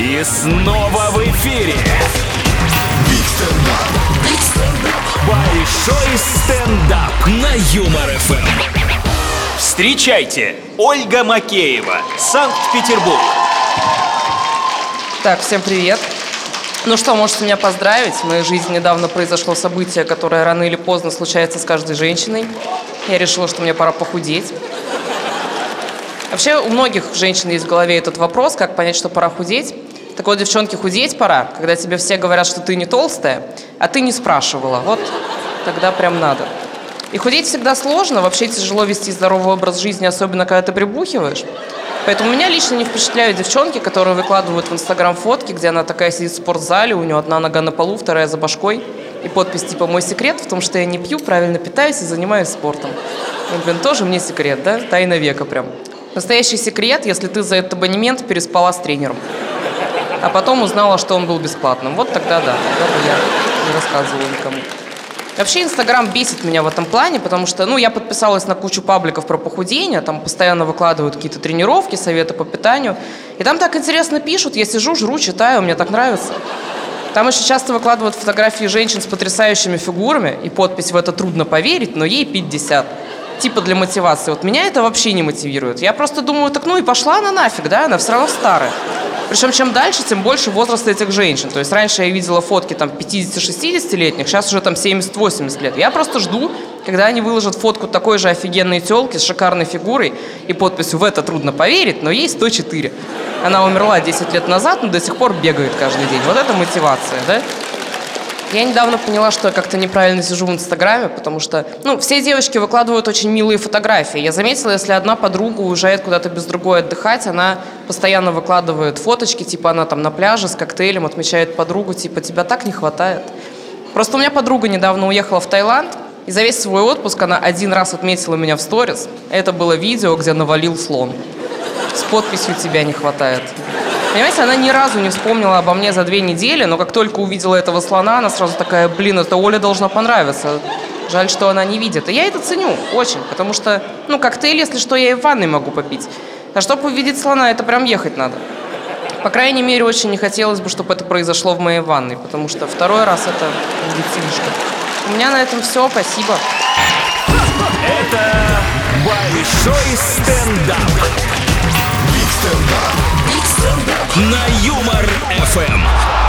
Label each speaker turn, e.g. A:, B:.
A: И снова в эфире большой стендап на Юмор ФМ. Встречайте, Ольга Макеева, Санкт-Петербург.
B: Так, всем привет. Ну что, можете меня поздравить. В моей жизни недавно произошло событие, которое рано или поздно случается с каждой женщиной. Я решила, что мне пора похудеть. Вообще, у многих женщин есть в голове этот вопрос, как понять, что пора худеть. Так вот, девчонки, худеть пора, когда тебе все говорят, что ты не толстая, а ты не спрашивала. Вот тогда прям надо. И худеть всегда сложно, вообще тяжело вести здоровый образ жизни, особенно когда ты прибухиваешь. Поэтому меня лично не впечатляют девчонки, которые выкладывают в Инстаграм фотки, где она такая сидит в спортзале, у нее одна нога на полу, вторая за башкой. И подпись типа «Мой секрет в том, что я не пью, правильно питаюсь и занимаюсь спортом». Ну, тоже мне секрет, да? Тайна века прям. Настоящий секрет, если ты за этот абонемент переспала с тренером, а потом узнала, что он был бесплатным. Вот тогда да, тогда бы я не рассказывала никому. Вообще, Инстаграм бесит меня в этом плане, потому что, я подписалась на кучу пабликов про похудение, там постоянно выкладывают какие-то тренировки, советы по питанию. И там так интересно пишут, я сижу, жру, читаю, мне так нравится. Там еще часто выкладывают фотографии женщин с потрясающими фигурами, и подпись «В это трудно поверить, но ей 50». Типа для мотивации. Вот меня это вообще не мотивирует. Я просто думаю, так и пошла она нафиг, да, она все равно старая. Причем чем дальше, тем больше возраста этих женщин. То есть раньше я видела фотки там 50-60-летних, сейчас уже там 70-80 лет. Я просто жду, когда они выложат фотку такой же офигенной тёлки с шикарной фигурой и подписью «В это трудно поверить, но ей 104». Она умерла 10 лет назад, но до сих пор бегает каждый день. Вот это мотивация, да? Я недавно поняла, что я как-то неправильно сижу в Инстаграме, потому что, все девочки выкладывают очень милые фотографии. Я заметила, если одна подруга уезжает куда-то без другой отдыхать, она постоянно выкладывает фоточки, типа она там на пляже с коктейлем, отмечает подругу, типа тебя так не хватает. Просто у меня подруга недавно уехала в Таиланд, и за весь свой отпуск она один раз отметила меня в сторис. Это было видео, где навалил слон. С подписью «Тебя не хватает». Понимаете, она ни разу не вспомнила обо мне за 2 недели, но как только увидела этого слона, она сразу такая: блин, это Оле должно понравиться. Жаль, что она не видит. И я это ценю очень, потому что, коктейль, если что, я и в ванной могу попить. А чтобы увидеть слона, это прям ехать надо. По крайней мере, очень не хотелось бы, чтобы это произошло в моей ванной, потому что второй раз это будет слишком. У меня на этом все, спасибо.
A: Это большой стендап. На Юмор ФМ.